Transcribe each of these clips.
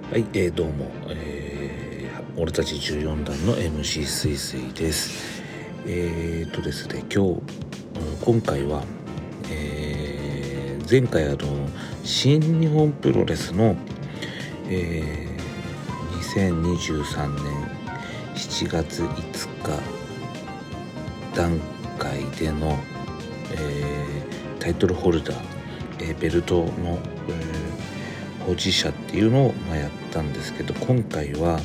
はい、どうも、俺たち14段の MC すいすいです。ですね、今回は、前回新日本プロレスの、2023年7月5日段階での、タイトルホルダー、ベルトの、保持者っていうのを、やったんですけど、今回は、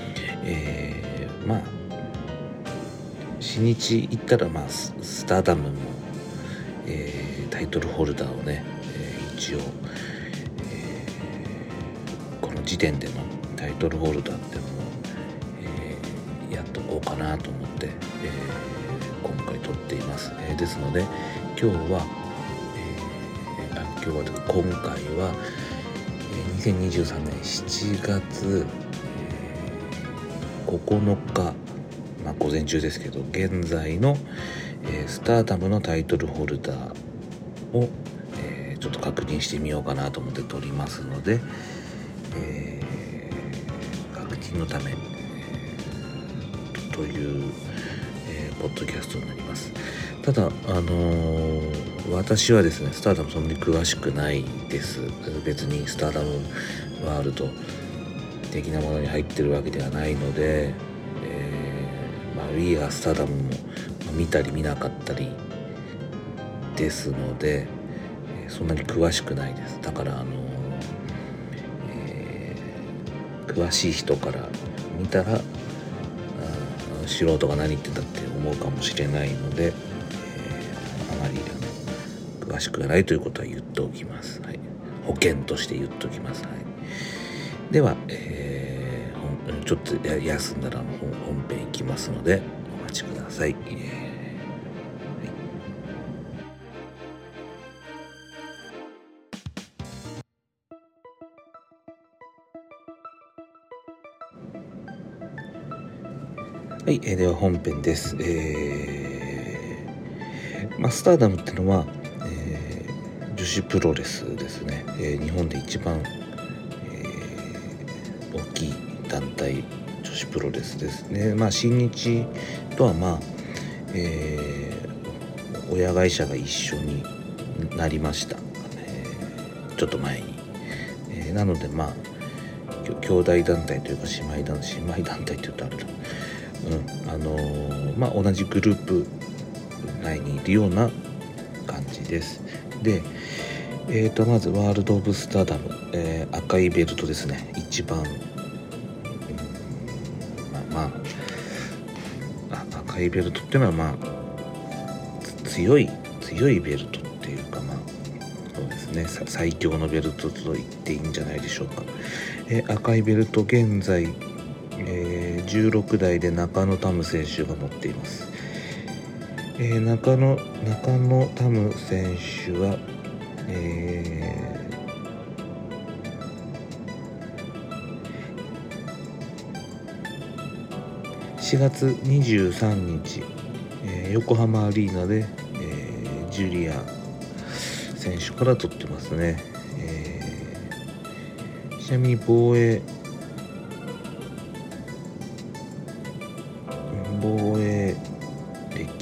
新日行ったら、スターダムも、タイトルホルダーをね、一応、この時点でのタイトルホルダーっていうのを、やっとこうかなと思って、今回撮っています。ですので今回は2023年7月、9日、午前中ですけど現在の、スターダムのタイトルホルダーを、ちょっと確認してみようかなと思って撮りますので、確認のため、という、ポッドキャストになります。ただ私はですねスターダムそんなに詳しくないです。別にスターダムワールド的なものに入ってるわけではないので、We Are スターダムも見たり見なかったりですので、そんなに詳しくないです。だから詳しい人から見たら素人が何言ってたって思うかもしれないので、あまり詳しくないということは言っておきます。はい、保険として言っておきます。はい、では、ちょっと休んだら本編いきますのでお待ちください。はい、では本編です。スターダムっていうのは、女子プロレスですね。日本で一番、大きい団体女子プロレスですね。新日とは親会社が一緒になりました。ちょっと前に。なので兄弟団体というか姉妹団体って言うとあれだ。同じグループ内にいるような感じです。で、まずワールド・オブ・スターダム、赤いベルトですね。一番、赤いベルトっていうのは強いベルトっていうかそうですね、最強のベルトと言っていいんじゃないでしょうか。赤いベルト現在、16代で中野タム選手が持っています。中野タム選手は、4月23日、横浜アリーナで、ジュリア選手から取ってますね。ちなみに防衛歴、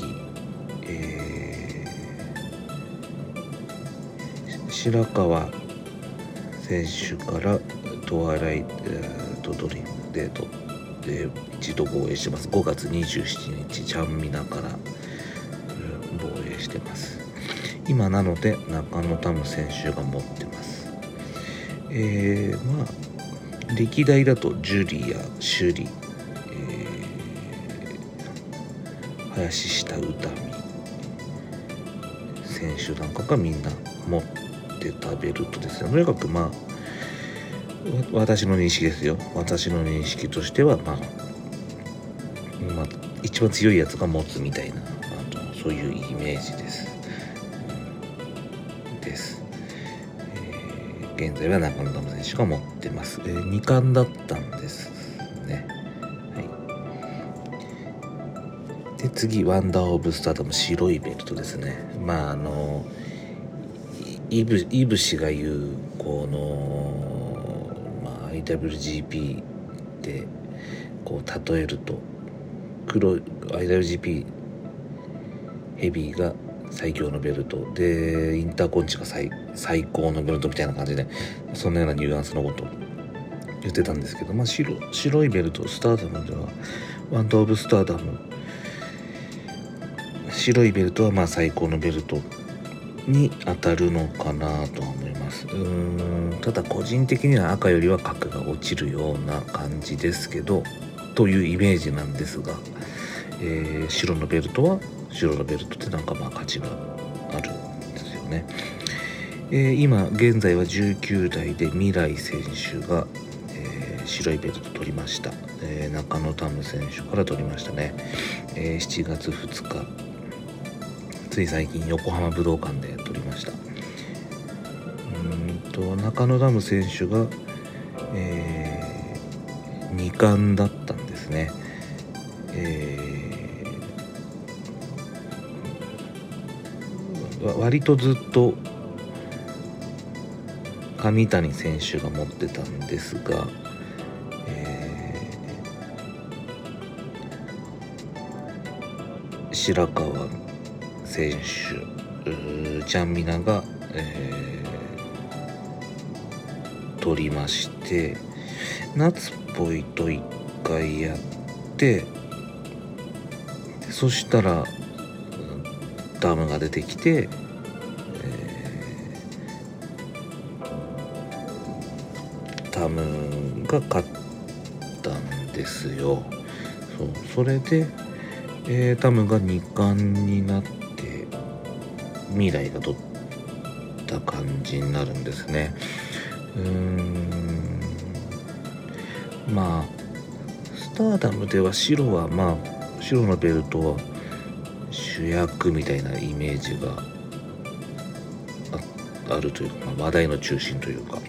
白川選手からトアライトドリームで取って一度防衛してます。5月27日ちゃんみなから防衛してます。今なので中野タム選手が持ってます。歴代だとジュリア、シュリ、林下宇多美選手なんかがみんな持ってたベルトですね。とにかく私の認識ですよ。私の認識としては一番強いやつが持つみたいなそういうイメージです。現在は中野タム選手が持ってます。2冠だったんですね。で次ワンダーオブスターダム、白いベルトですね。イブシが言うこの IWGP でこう例えると黒い IWGP ヘビーが最強のベルトでインターコンチが最高のベルトみたいな感じで、そんなようなニュアンスのことを言ってたんですけど、白いベルト、スターダムではワンダーオブスターダム、白いベルトは最高のベルトに当たるのかなとは思います。ただ個人的には赤よりは格が落ちるような感じですけどというイメージなんですが、白のベルトは白のベルトってなんか価値があるんですよね。今現在は19代で未来選手が、白いベルト取りました。中野タム選手から取りましたね。7月2日つい最近横浜武道館で取りました。中野タム選手が、2冠だったんですね。割とずっと上谷選手が持ってたんですが、白川選手ちゃんみなが、取りまして、夏っぽいと1回やって、そしたらダムが出てきて、タムが勝ったんですよ。それで、タムが2冠になって未来が取った感じになるんですね。スターダムでは白のベルトは主役みたいなイメージが あるというか、話題の中心というか、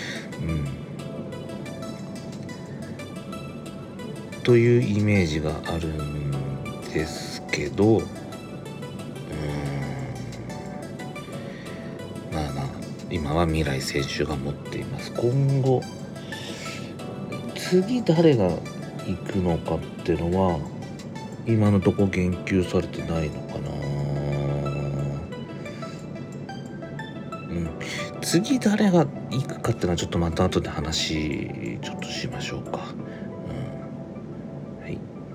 というイメージがあるんですけど、今は未来選手が持っています。今後次誰が行くのかっていうのは今のとこ言及されてないのかな。次誰が行くかっていうのはちょっとまた後で話ちょっとしましょうか。はい。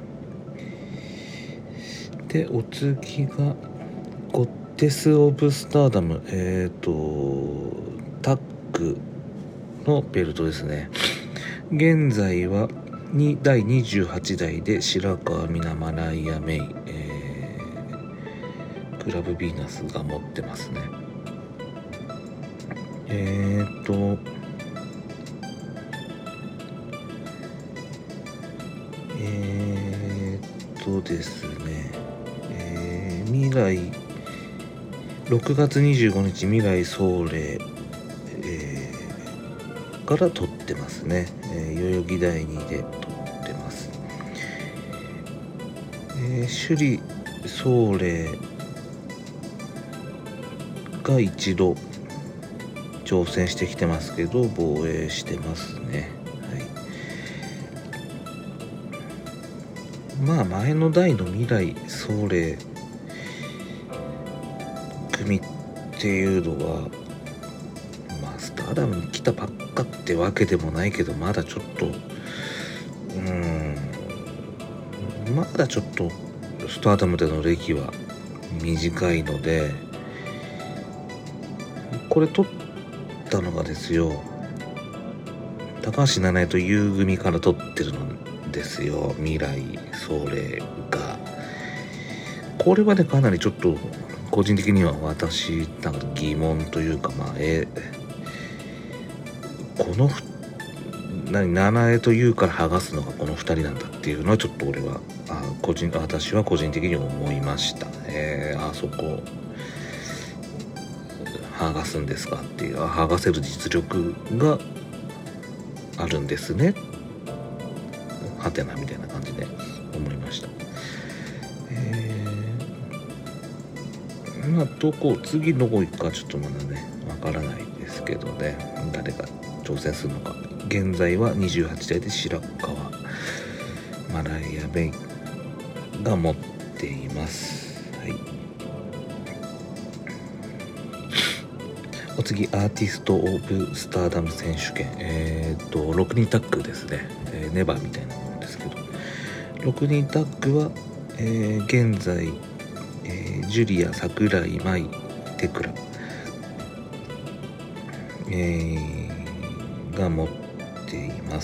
でお次がゴッデス・オブ・スターダム、タッグのベルトですね。現在は第28代で白川みなマライア・メイ、クラブヴィーナスが持ってますね。ですね、未来6月25日未来壮麗、から撮ってますね。代々木第2で撮ってます。首里壮麗が一度挑戦してきてますけど防衛してますね。はい、前の代の未来壮麗組っていうのはスターダムに来たばっかってわけでもないけど、まだちょっとスターダムでの歴は短いので、これ取ったのがですよ、高橋七重と優組から取ってるんですよ、未来壮麗が。これはねかなりちょっと個人的には私なんか疑問というか、この七重と優から剥がすのがこの2人なんだっていうのはちょっと俺は私は個人的に思いました。あそこ剥がすんですかっていう、剥がせる実力があるんですねはてなみたいな感じで思いました。次どこ行くかちょっとまだねわからないですけどね、誰が挑戦するのか。現在は28代で白川マライア・ベイが持っています。はい。お次、アーティスト・オブ・スターダム選手権、6人タッグですね、ネバーみたいなものですけど、6人タッグは、現在、ジュリア、桜井舞、テクラ、が持っています。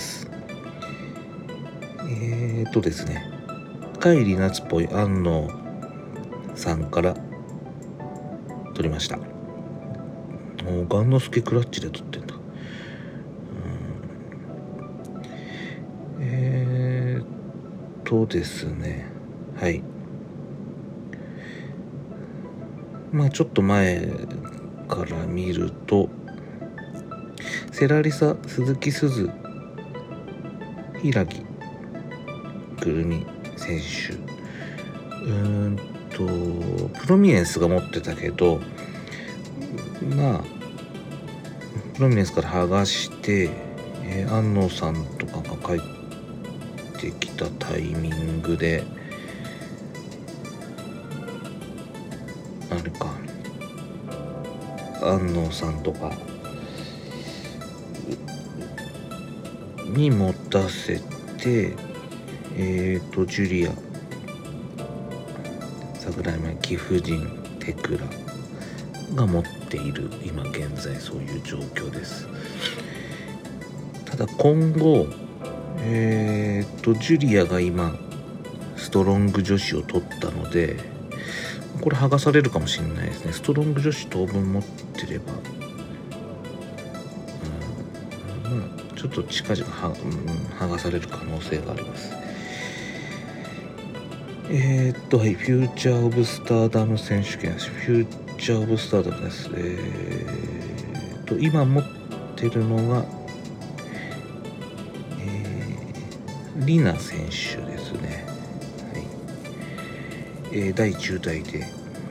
ですね、カイリナツポイ安野さんから取りました。ガンノスケクラッチで取ってんだ。ですね、はい。まあちょっと前から見ると、セラリサ、鈴木鈴、平木くるみ選手、プロミネンスが持ってたけど、まあプロミネンスから剥がして、安野さんとかが帰ってきたタイミングで、あれか、安野さんとかに持たせて、ジュリア、桜井舞、貴婦人、テクラが持っている今現在そういう状況です。ただ今後、ジュリアが今ストロング女子を取ったので、これ剥がされるかもしれないですね。ストロング女子当分持ってれば、まあちょっと近々剥がされる可能性があります。はい、フューチャーオブスターダム選手権です。フューチャーオブスターダムです。今持ってるのが、リナ選手ですね。はい。第10代で、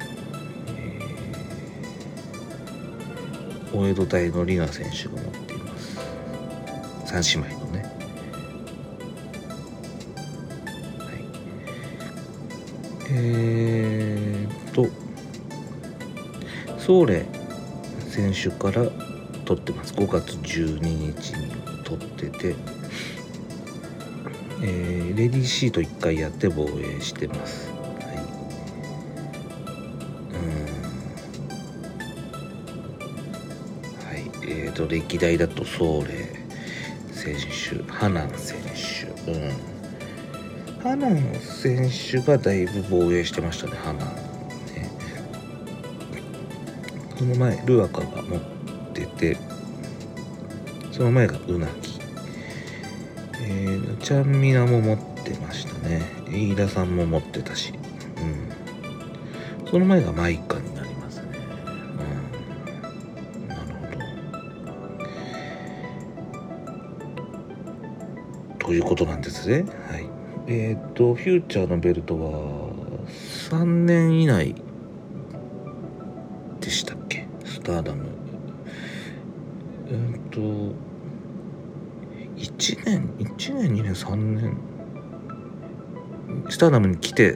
大江戸大のリナ選手が持っています。三姉妹のね。はい。ソーレ選手から取ってます。5月12日に取ってて、レディーシート1回やって防衛してます。はい。はい。歴代だとソーレ選手、ハナン選手、ハナン選手がだいぶ防衛してましたね。ハナンね。その前ルアカが持ってて、その前がウナギ、チャンミナも持ってましたね。飯田さんも持ってたし、その前がマイカになりますね。なるほど。ということなんですね。はい。フューチャーのベルトは3年以内でしたっけ？スターダム。1年、2年、3年。スターダムに来て、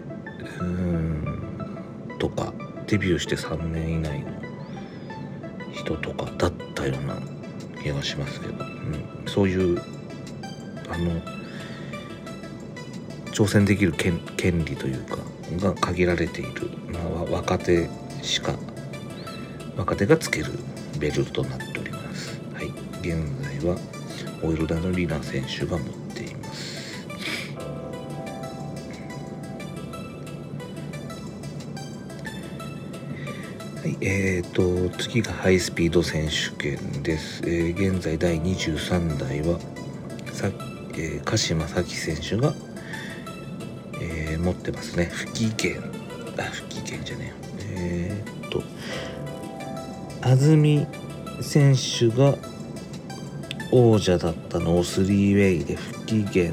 とか、デビューして3年以内の人とかだったような気がしますけど、そういう、挑戦できる権利というかが限られている、若手がつけるベルトとなっております。はい、現在はオイルダのリナ選手が持っています。はい、次がハイスピード選手権です。現在第23代は鹿島咲選手が持ってますね。不機嫌じゃねえよ。安住選手が王者だったのをスリーウェイで不機嫌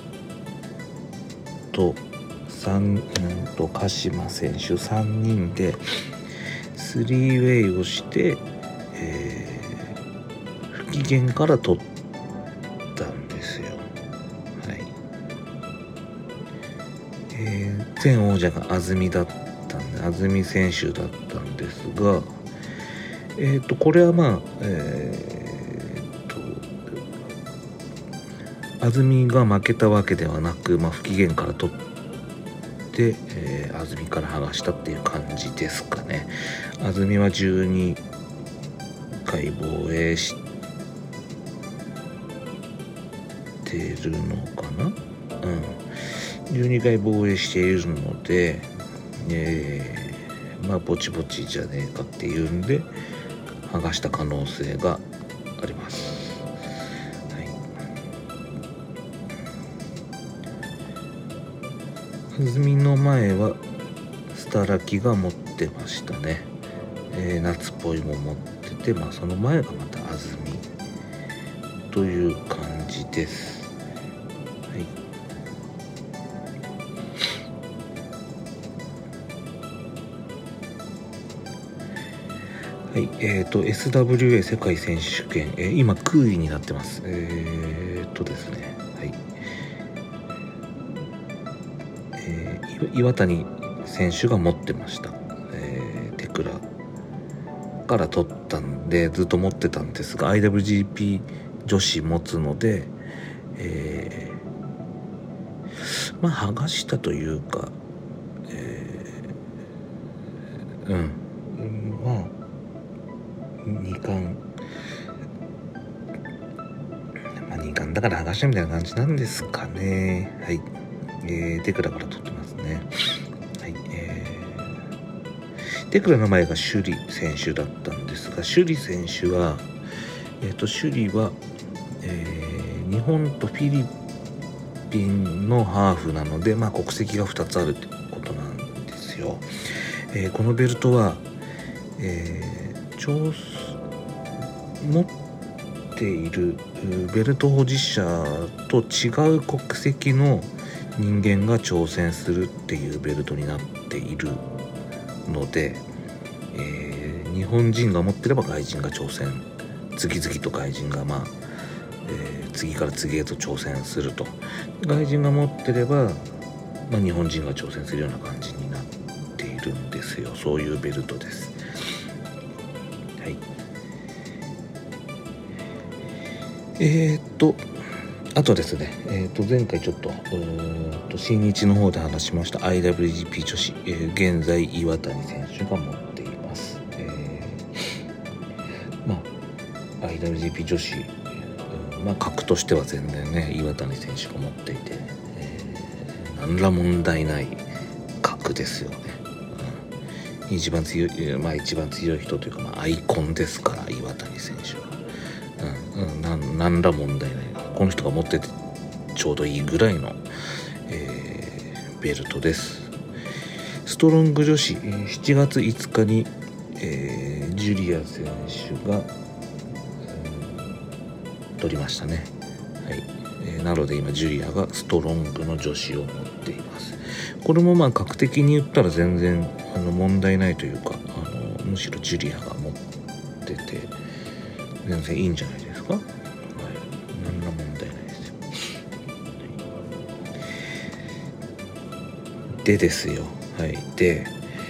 と鹿島選手3人でスリーウェイをして、不不機嫌から取ったんですよ。はい。前王者が安住だったんで、安住選手だったんですが、これは安住が負けたわけではなく、不機嫌から取って、安住から剥がしたっていう感じですかね。安住は12回防衛してるのかな。12回防衛しているので、ぼちぼちじゃねえかっていうんで剥がした可能性があります。安住の前はスタラキが持ってましたね。夏っぽいも持ってて、その前がまた安住という感じです。はい、SWA 世界選手権、今空位になってます。ですね、はい、岩谷選手が持ってました。テクラから取ったんでずっと持ってたんですが、 IWGP 女子持つので、剥がしたというか、2冠2冠だから剥がしたみたいな感じなんですかね。はい、テクラから取ってますね。はい、テクラの前がシュリ選手だったんですが、シュリ選手は、シュリは、日本とフィリピンのハーフなので、国籍が2つあるということなんですよ。このベルトは、持っているベルト保持者と違う国籍の人間が挑戦するっていうベルトになっているので、日本人が持ってれば外人が挑戦、次々と外人が次から次へと挑戦すると、外人が持ってれば、日本人が挑戦するような感じになっているんですよ。そういうベルトです。はい。あとですね、前回ちょっと新日の方で話しました IWGP 女子、現在岩谷選手が持っています。IWGP 女子、格としては全然ね岩谷選手が持っていて、何ら問題ない格ですよね。一番強い人というか、アイコンですから、岩谷選手は。何ら問題ない。この人が持っててちょうどいいぐらいの、ベルトです。ストロング女子、7月5日に、ジュリア選手が、取りましたね。はい。なので今ジュリアがストロングの女子を持っています。これも格的に言ったら全然問題ないというか、むしろジュリアが持ってて全然いいんじゃないですか。はい、何ら問題ないですよ。でですよ。はい。で、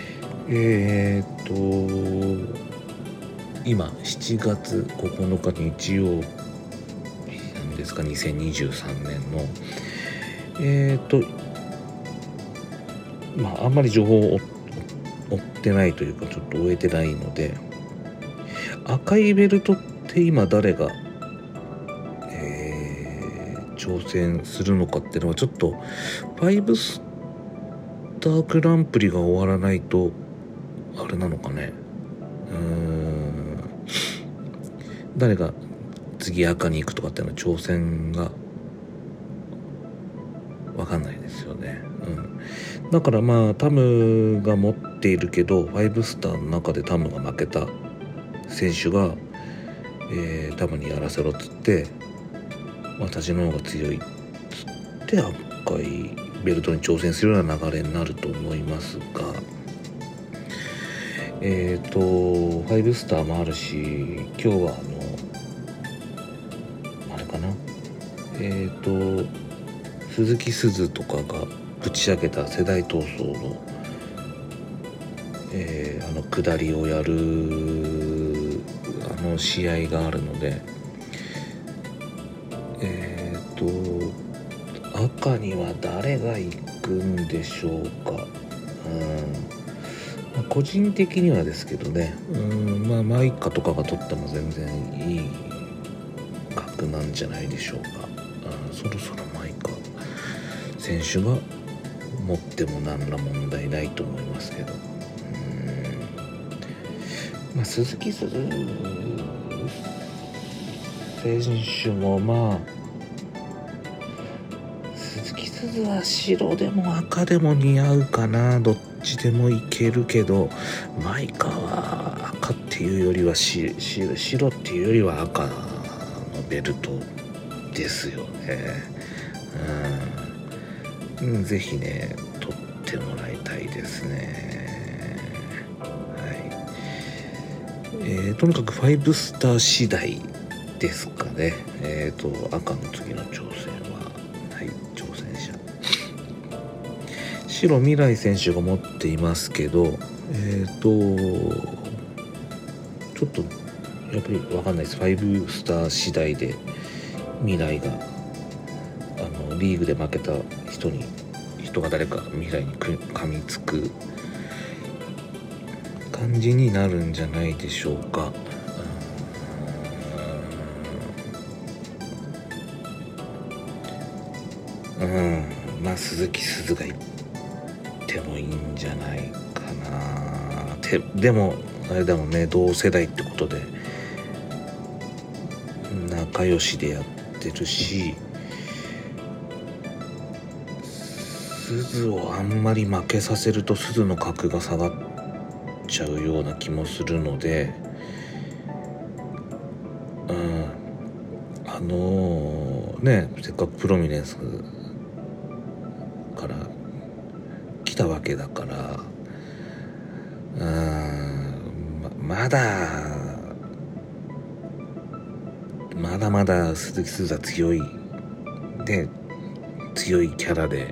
今7月9日日曜日なんですか、2023年のあんまり情報を追ってないというか、ちょっと終えてないので、赤いベルトって今誰が、挑戦するのかっていうのはちょっと5スターグランプリが終わらないとあれなのかね。誰が次赤に行くとかっていうのは挑戦が分かんないですよね。だからタムが持っているけど5スターの中でタムが負けた選手が、タムにやらせろっつって私の方が強いっつって赤いベルトに挑戦するような流れになると思いますが、5スターもあるし、今日は鈴木鈴とかがぶち上げた世代闘争の、下りをやる試合があるので、赤には誰が行くんでしょうか。個人的にはですけどね、マイカとかが取っても全然いい格なんじゃないでしょうか。そろそろマイカ選手が持っても何ら問題ないと思いますけど、鈴木鈴選手も鈴木鈴は白でも赤でも似合うかな、どっちでもいけるけど、マイカは赤っていうよりは白っていうよりは赤のベルトですよね。ぜひね取ってもらいたいですね。はい。とにかく5スター次第ですかね。赤の次の挑戦は、挑戦者白未来選手が持っていますけど、ちょっとやっぱり分かんないです。5スター次第で未来がリーグで負けた人が誰か未来に噛みつく感じになるんじゃないでしょうか。鈴木鈴が行ってもいいんじゃないかな。でもあれだもんね、同世代ってことで仲良しでやってるし、鈴をあんまり負けさせると鈴の格が下がっちゃうような気もするので、せっかくプロミネンスから来たわけだから、まだまだ鈴木鈴は強いキャラで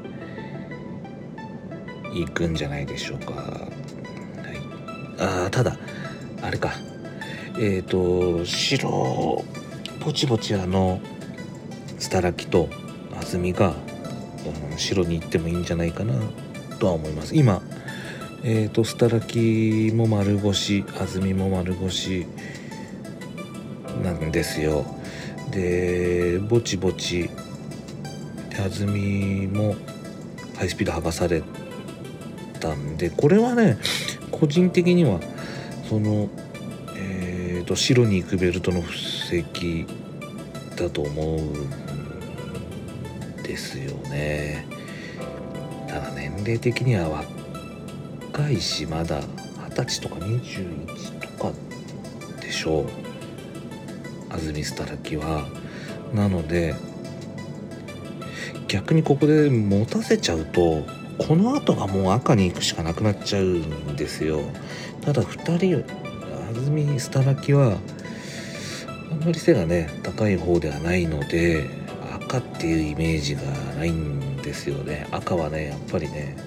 行くんじゃないでしょうか。ただあれか、白ぼちぼちスタラキと安住が白に行ってもいいんじゃないかなとは思います。今スタラキも丸腰、安住も丸腰なんですよ。でぼちぼち安住もハイスピード剥がされたんで、これはね個人的には白に行くベルトの布石だと思うんですよね。ただ年齢的には若いし、まだ20歳とか21とかでしょう、安住スタラキは。なので逆にここで持たせちゃうと、この後がもう赤に行くしかなくなっちゃうんですよ。ただ2人安住スタラキはあんまり背がね高い方ではないので、赤っていうイメージがないんですよね。赤はねやっぱりね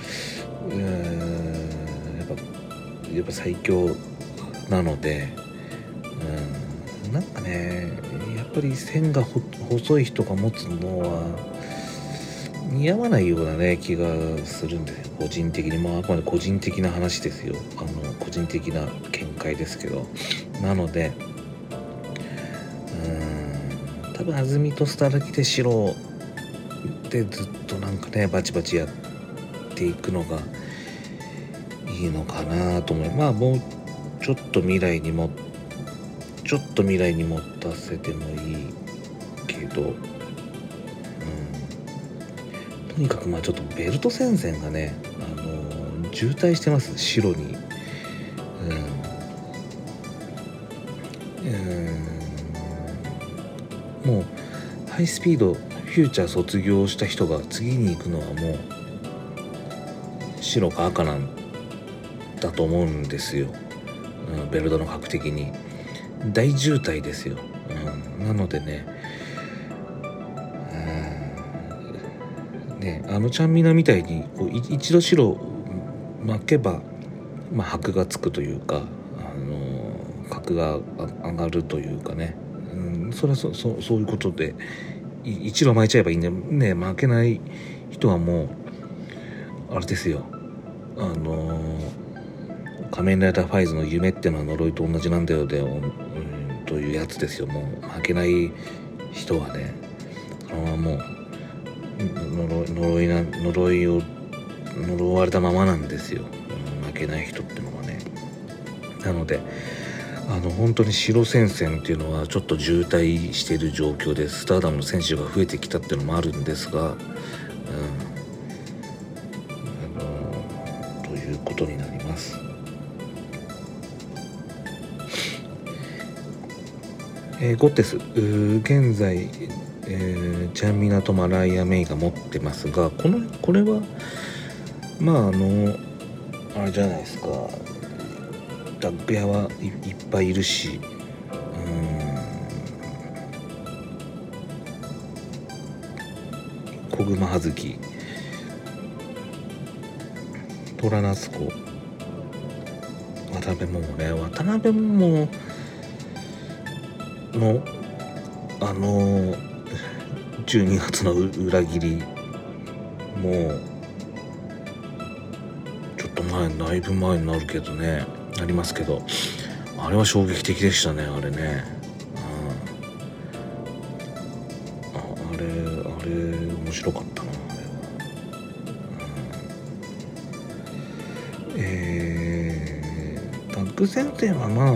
やっぱ最強なので、なんかねやっぱり線が細い人が持つのは似合わないようなね気がするんで、個人的にあくまで個人的な話ですよ。個人的な見解ですけど、なので多分安住とスタラキで白でずっとなんかねバチバチやっていくのがいいのかなと思います。もうちょっと未来に持たせてもいいけど、とにかくちょっとベルト戦線がね、渋滞してます、白に。もうハイスピードフューチャー卒業した人が次に行くのはもう白か赤なんだと思うんですよ。ベルトの格的に大渋滞ですよ。なのでねね、ちゃんみなみたいにこう一度白負けば、箔がつくというか、格が上がるというかね、それはそういうことで一度巻いちゃえばいいんでね。負けない人はもうあれですよ、仮面ライダーファイズの夢ってのは呪いと同じなんだよで、というやつですよ。もう負けない人はね、そのままもう呪われたままなんですよ、負けない人ってのはね。なので本当に白戦線っていうのはちょっと渋滞している状況で、スターダムの選手が増えてきたっていうのもあるんですが、ということになります。ゴッテス現在、チャンミナとマライア・メイが持ってますが、これはあれじゃないですか、ダッグ屋はいっぱいいるし、小熊葉月、虎夏子、渡辺桃の12月の裏切りもちょっとだいぶ前になるけどね、なりますけど、あれは衝撃的でしたね。あれね、あれ面白かったな、あれは。タッグ戦線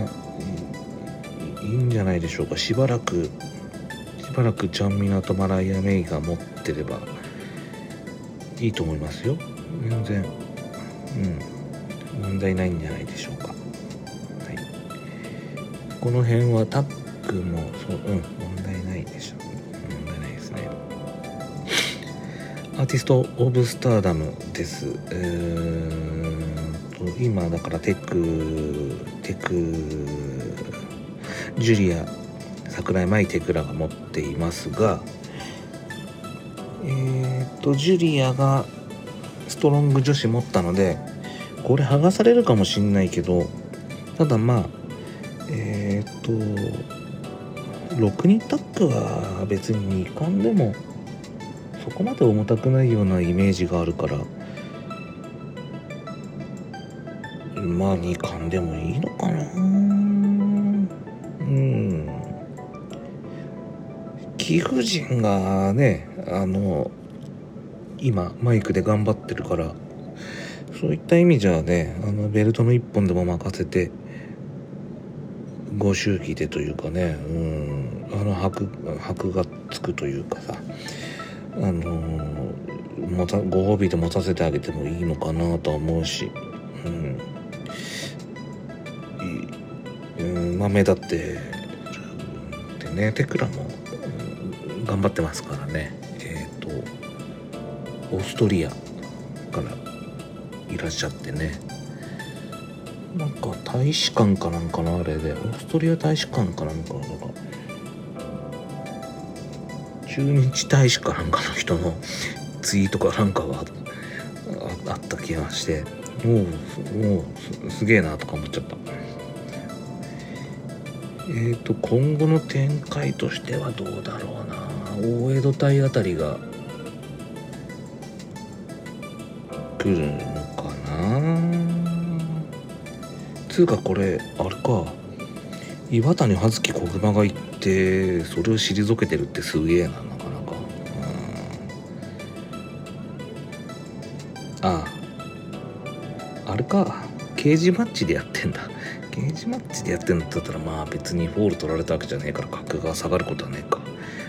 はいいんじゃないでしょうか。しばらくちゃんみなとマライア・メイが持ってればいいと思いますよ。全然問題ないんじゃないでしょうか。はい、この辺はタッグも問題ないでしょう。問題ないですね。アーティストオブスターダムです。今だからテクジュリア、桜井舞テクラが持っていますが、ジュリアがストロング女子持ったので、これ剥がされるかもしんないけど、ただ6人タッグは別に2冠でもそこまで重たくないようなイメージがあるから、2冠でもいいのかな。貴婦人がね、今マイクで頑張ってるから、そういった意味じゃね、ベルトの一本でも任せてご祝儀でというかね、箔がつくというかさ、ご褒美で持たせてあげてもいいのかなとは思うし、目立ってでね、テクラも頑張ってますからね。オーストリアからいらっしゃってね、なんか大使館かなんかのあれで、オーストリア大使館かなんか駐日大使かなんかの人のツイートかなんかがあった気がして、もうすげえなとか思っちゃった。今後の展開としてはどうだろうな。大江戸隊あたりが来るのかな。つうかこれあれか、岩谷葉月小熊が行ってそれを退けてるってすげえな、なかなか。あれか、ケージマッチでやってんだ。ケージマッチでやってんだったら別にフォール取られたわけじゃねえから格が下がることはねえか。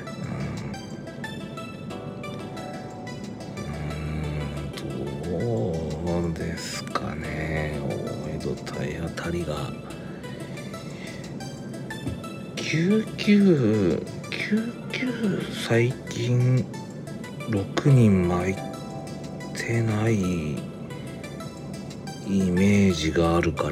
どうですかね。大江戸隊あたりが救急最近6人巻いてないイメージがあるから、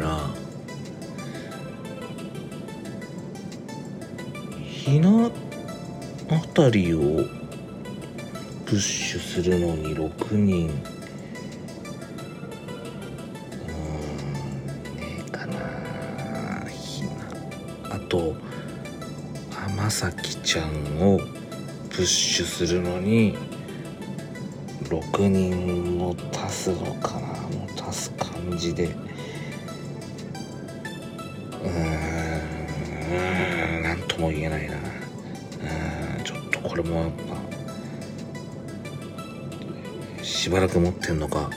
ひなあたりをぶプッシュするのに6人ねえかな。あと天咲ちゃんをプッシュするのに6人も足すのかな。もう足す感じでなんとも言えないな。ちょっとこれもやっぱしばらく持ってんのか、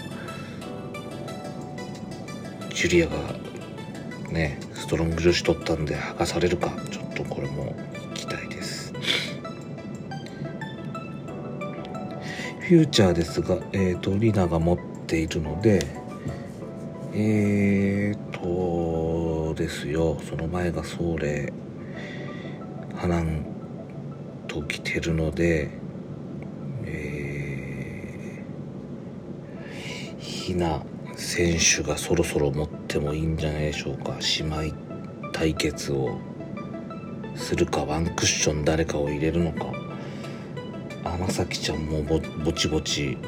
ジュリアがねストロング女子取ったんで剥がされるか、ちょっとこれも期待です。フューチャーですが、リナが持っているのでですよ、その前がソーレハナンと来てるので、ヒナ選手がそろそろ持ってもいいんじゃないでしょうか。姉妹対決をするか、ワンクッション誰かを入れるのか。天咲ちゃんもぼちぼち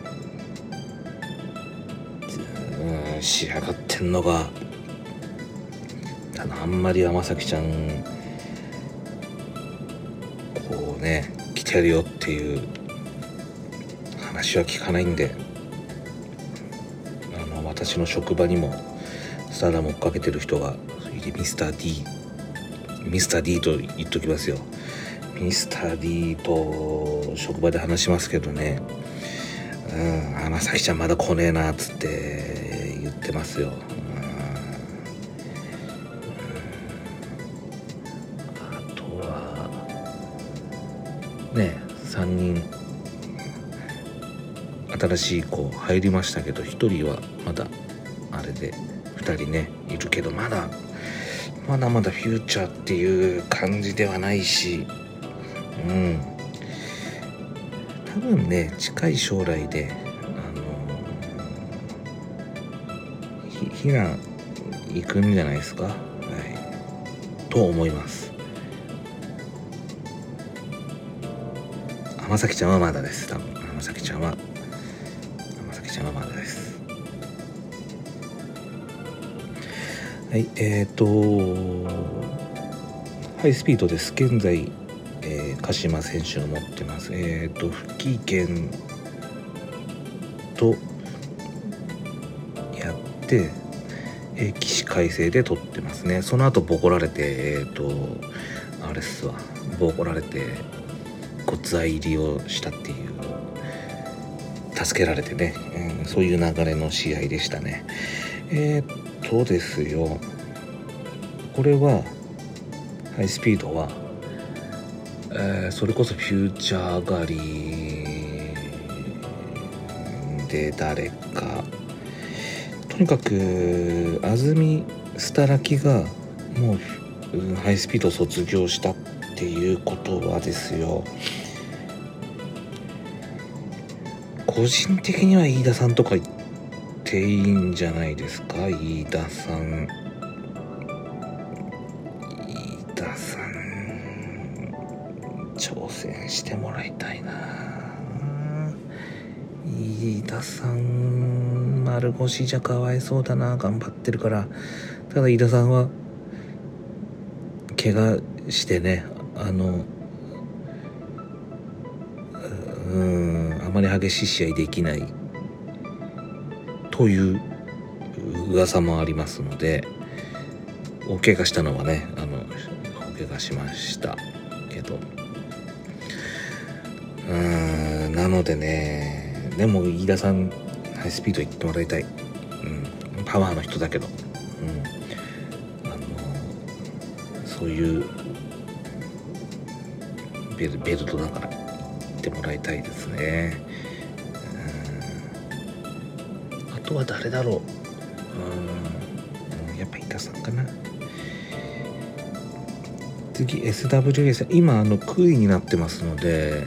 仕上がってんのが、あんまり天咲ちゃんこうね来てるよっていう話は聞かないんで、私の職場にもスターダム追っかけてる人がミスター D と言っときますよ。ミスター D と職場で話しますけどね、天咲ちゃんまだ来ねえなっつって言ってますよ。あとはね3人新しい子入りましたけど、1人はまだあれで2人ねいるけど、まだフューチャーっていう感じではないし、多分ね近い将来でヒナ行くんじゃないですか、と思います。天咲ちゃんはまだです。多分天咲ちゃんはまだです。はい、ハイスピードです。現在、鹿島選手が持ってます。福井県とやって、起死回生で取ってますね。その後ボコられてあれっすわ、ボコられて骨材入りをしたっていう、助けられてね、そういう流れの試合でしたね。ですよ、これはハイスピードは、それこそフューチャー上がりで誰か、とにかく安住スタラキがもう、ハイスピード卒業したっていうことはですよ、個人的には飯田さんとか言っていいんじゃないですか。飯田さん挑戦してもらいたいな。飯田さん丸腰じゃかわいそうだな、頑張ってるから。ただ飯田さんは怪我してね、あまり激しい試合できないという噂もありますので、大怪我したのはね大怪我しましたけど、なのでね、でも飯田さんハイスピード行ってもらいたい。パワーの人だけど、そういうベルトだから行ってもらいたいですね。あとは誰だろう。やっぱ飯田さんかな。次 SWA 今クイになってますので、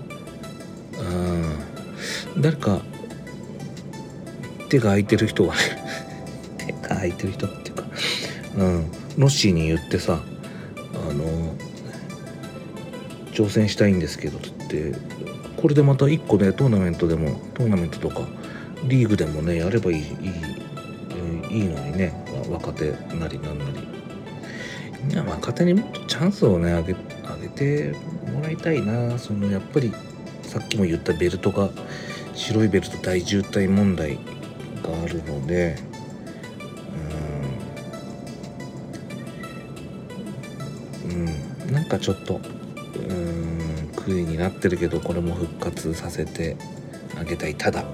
誰か手が空いてる人が手が空いてる人っていうか、ロッシーに言ってさ、挑戦したいんですけどってこれでまた1個ねトーナメントとかリーグでもねやればいいのにね、若手なりなんなり、若手にもっとチャンスをねあげてもらいたいな。やっぱりさっきも言ったベルトが白いベルト大渋滞問題があるので、なんかちょっと悔いになってるけど、これも復活させてあげたい。ただ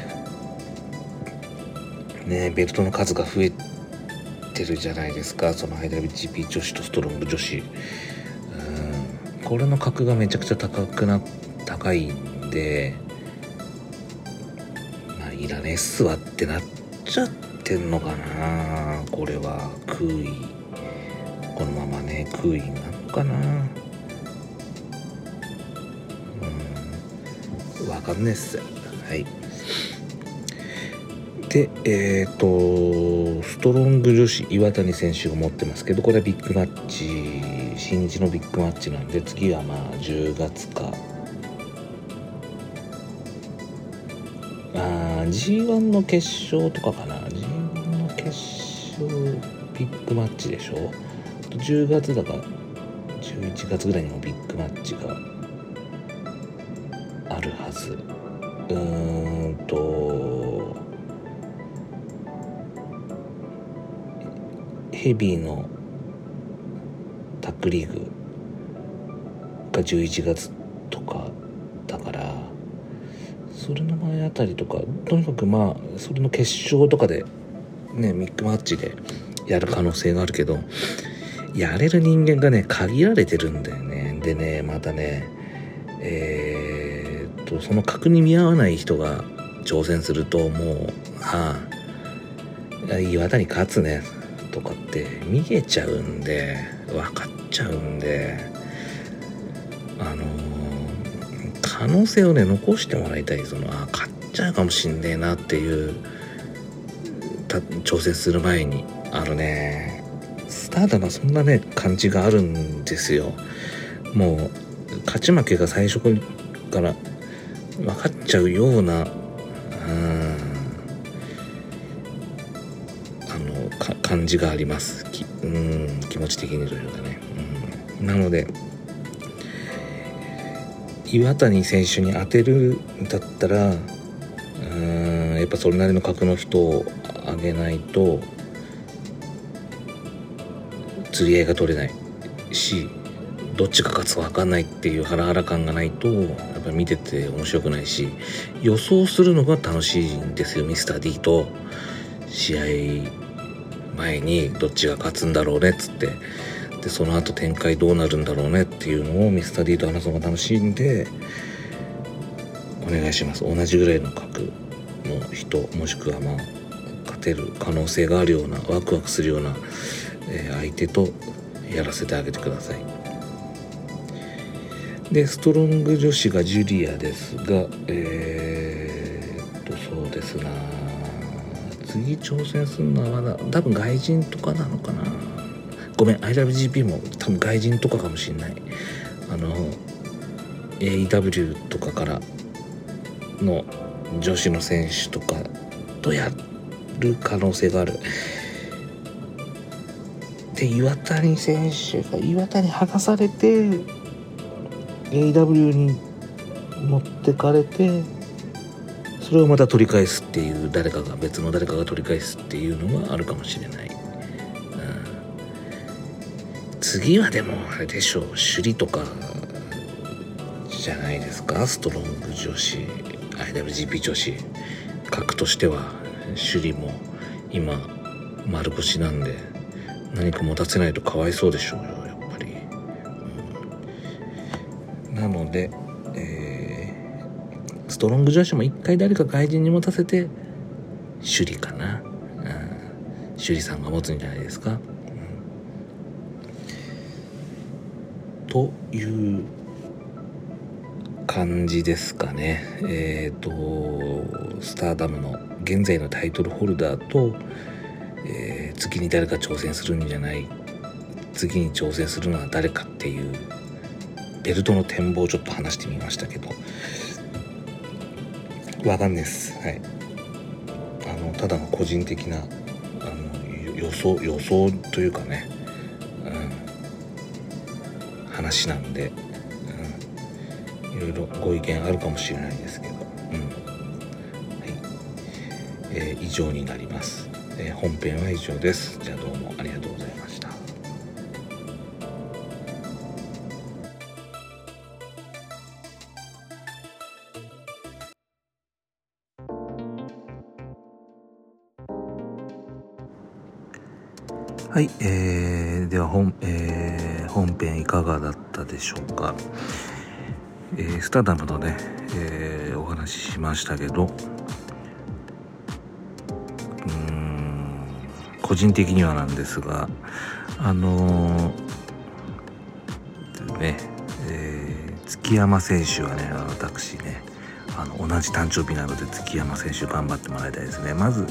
ね、ベルトの数が増えてるじゃないですか。その IWGP 女子とストロング女子、これの格がめちゃくちゃ高いんで、いらねえっすわってなっちゃってんのかな。これはこのままね空位なのかな。わかんねえっす。はい。でストロング女子岩谷選手が持ってますけど、これはビッグマッチ、新日のビッグマッチなんで、次は10月かG1 の決勝とかかな。 G1 の決勝ビッグマッチでしょ。10月だから11月ぐらいにもビッグマッチがあるはず。ヘビーのタッグリーグが11月とかだから、それの前あたりとか、とにかくそれの決勝とかでねビッグマッチでやる可能性があるけど、やれる人間がね限られてるんだよね。でね、またねその格に見合わない人が挑戦すると、もう岩谷勝つねとかって見えちゃうんで、分かっちゃうんで、可能性をね残してもらいたい。勝っちゃうかもしんねえなっていう挑戦する前にスターダムはそんなね感じがあるんですよ。もう勝ち負けが最初から分かっちゃうような感じがあります。気持ち的にというかね。なので岩谷選手に当てるんだったらやっぱそれなりの格の人を上げないと釣り合いが取れないし、どっちが勝つか分かんないっていうハラハラ感がないとやっぱり見てて面白くないし、予想するのが楽しいんですよ。ミスター D と試合前にどっちが勝つんだろうねっつって、でその後展開どうなるんだろうねっていうのをミスター D と話すのが楽しいんでお願いします。同じぐらいの格の人、もしくは勝てる可能性があるようなワクワクするような、相手とやらせてあげてください。でストロング女子がジュリアですが、そうですな、次挑戦するのはまだ多分外人とかなのかな。ごめん、 IWGP も多分外人とかかもしれない。AEW とかからの女子の選手とかとやる可能性がある。で岩谷選手が剥がされて AEW に持ってかれて、それをまた取り返すっていう、別の誰かが取り返すっていうのがあるかもしれない。次はでもあれでしょう、首里とかじゃないですか。ストロング女子 IWGP 女子格としては首里も今丸腰なんで何か持たせないとかわいそうでしょうよ、やっぱり。なので、ストロング女子も一回誰か外人に持たせて首里かな、首里さんが持つんじゃないですか、という感じですかね。スターダムの現在のタイトルホルダーと、次に誰か挑戦するんじゃない、次に挑戦するのは誰かっていうベルトの展望をちょっと話してみましたけど、 わかんないです。はい。ただの個人的な予想というかね、話なんで、いろいろご意見あるかもしれないですけど、はい、以上になります。本編は以上です。じゃあどうもありがとうございました。はい、では本編いかがだったでしょうか。スターダムのね、お話ししましたけど、個人的にはなんですが、月山選手はね、私ね、同じ誕生日なので月山選手頑張ってもらいたいですね。まず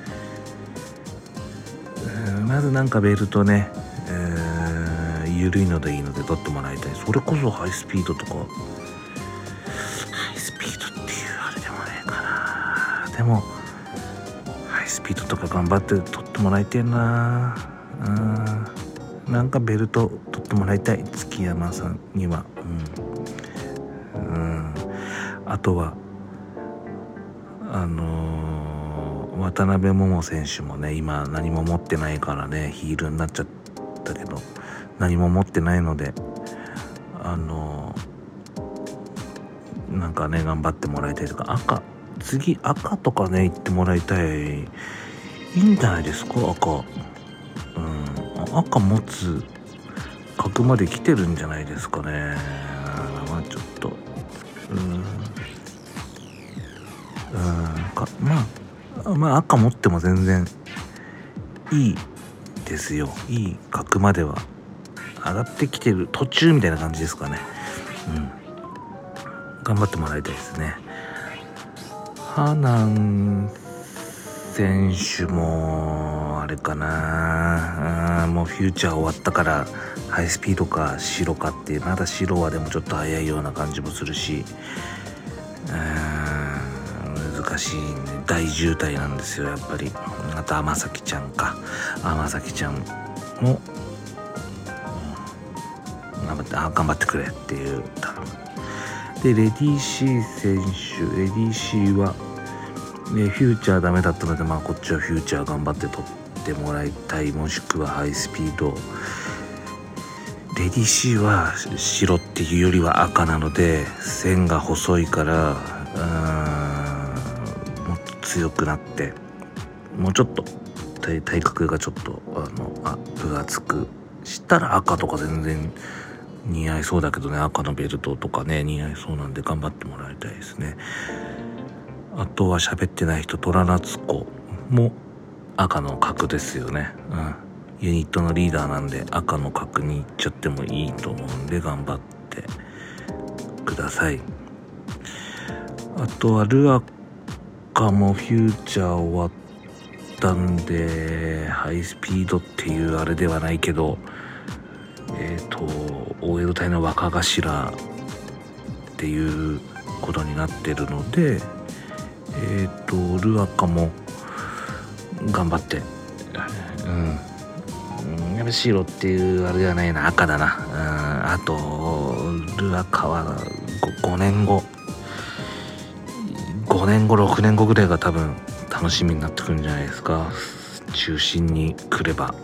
なんかベルトね、緩いのでいいので取ってもらいたい。それこそハイスピードとか、ハイスピードっていうあれでもねえかな。でもハイスピードとか頑張って取ってもらいたいな。なんかベルト取ってもらいたい、月山さんには。あとは渡辺桃選手もね、今何も持ってないからね、ヒールになっちゃったけど、何も持ってないので、なんかね頑張ってもらいたいとか、赤とかね言ってもらいたい。いいんじゃないですか、赤持つ格まで来てるんじゃないですかね。まあちょっとまあ赤持っても全然いいですよ。いい格までは上がってきてる途中みたいな感じですかね。頑張ってもらいたいですね。ハナン選手もあれかな、もうフューチャー終わったからハイスピードか白かって、まだ白はでもちょっと早いような感じもするし、難しいね。大渋滞なんですよやっぱり。あと天咲ちゃんも頑張ってくれっていう頼むで、レディー C 選手、レディー C はフューチャーダメだったので、こっちはフューチャー頑張って取ってもらいたい、もしくはハイスピード。レディー C は白っていうよりは赤なので、線が細いからもっと強くなって、もうちょっと体格がちょっとアップがつくしたら赤とか全然似合いそうだけどね。赤のベルトとかね似合いそうなんで頑張ってもらいたいですね。あとは喋ってない人、虎夏子も赤の角ですよね。ユニットのリーダーなんで赤の角に行っちゃってもいいと思うんで頑張ってください。あとはルアカもフューチャー終わったんでハイスピードっていうあれではないけど、OL 隊の若頭っていうことになってるので、ルアカも頑張って、やっぱ白っていうあれではないな、赤だな。あとルアカは5年後6年後ぐらいが多分楽しみになってくるんじゃないですか。中心に来れば、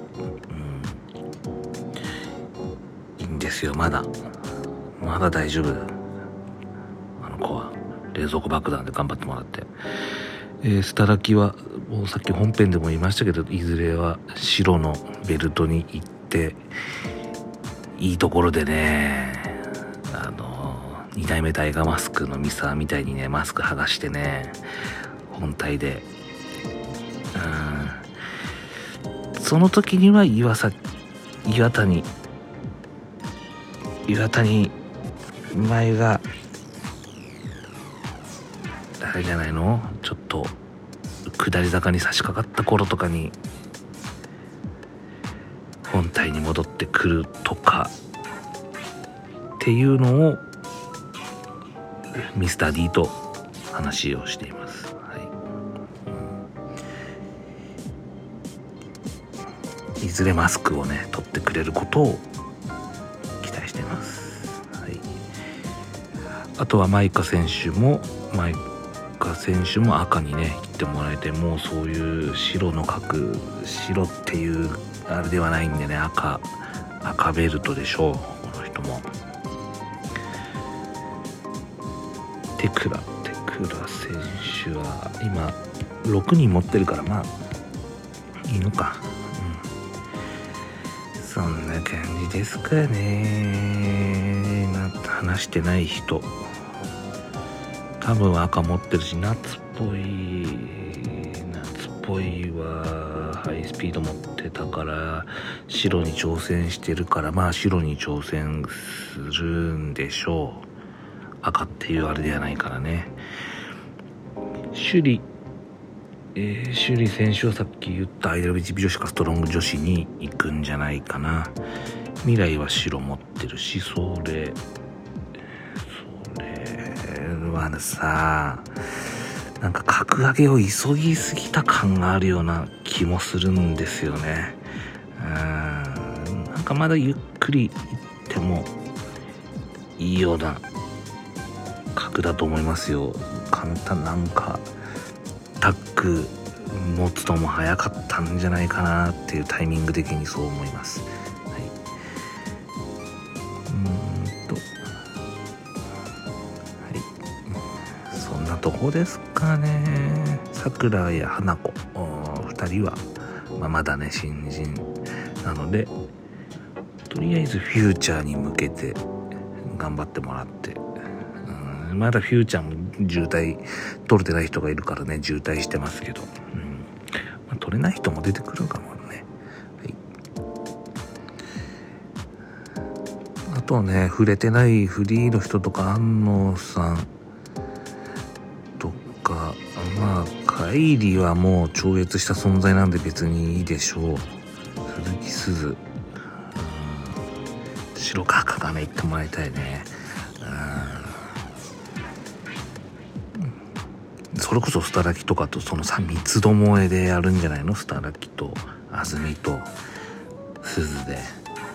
いいんですよ。まだ大丈夫。あの子は冷蔵庫爆弾で頑張ってもらって、スタラキはもうさっき本編でも言いましたけど、いずれは白のベルトに行っていいところでね、2代目タイガーマスクのミサみたいにね、マスク剥がしてね、本体でその時には岩谷前があれじゃないの、ちょっと下り坂に差し掛かった頃とかに本体に戻ってくるとかっていうのをミスター D と話をしています。いずれマスクをね取ってくれることを期待しています。あとはマイカ選手も赤にね切ってもらえて、もうそういう白っていうあれではないんでね、赤ベルトでしょう、この人も。テクラ選手は今6人持ってるから、まあいいのか、そんな感じですかね。話してない人多分赤持ってるし、夏っぽいはハイスピード持ってたから白に挑戦してるから、まあ白に挑戦するんでしょう。赤っていうあれではないからね。首里選手はさっき言った IWGP 女子かストロング女子に行くんじゃないかな。未来は白持ってるし、それはさ、なんか格上げを急ぎすぎた感があるような気もするんですよね。なんかまだゆっくりいってもいいような格だと思いますよ。簡単、なんかタッグ持つのも早かったんじゃないかなっていう、タイミング的にそう思います。そんなとこですかね。桜や花子2人は、まだね新人なので、とりあえずフューチャーに向けて頑張ってもらって、まだフューチャーも渋滞取れてない人がいるからね、渋滞してますけど、取れない人も出てくるかもね。あとね、触れてないフリーの人とか、安野さんとか、カイリはもう超越した存在なんで別にいいでしょう。鈴木鈴、白か赤がね、言ってもらいたいね。それこそスタラキとかとその三つどもえでやるんじゃないの？スタラキと安住と鈴で。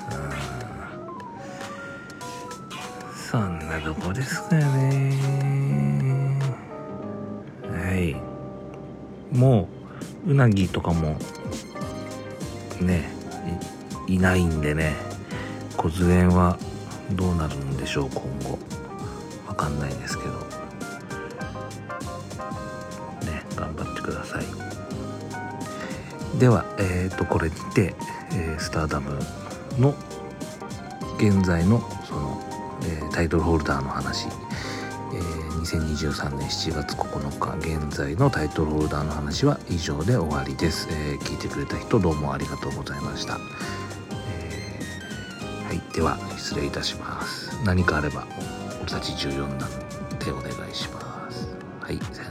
そんなとこですかね。もううなぎとかもね いないんでね、小津園はどうなるんでしょう今後。わかんないですけどね、頑張ってください。ではこれにて、スターダムの現在のその、タイトルホルダーの話、2023年7月9日現在のタイトルホルダーの話は以上で終わりです。聞いてくれた人どうもありがとうございました。では失礼いたします。何かあれば俺たち14段でお願いします。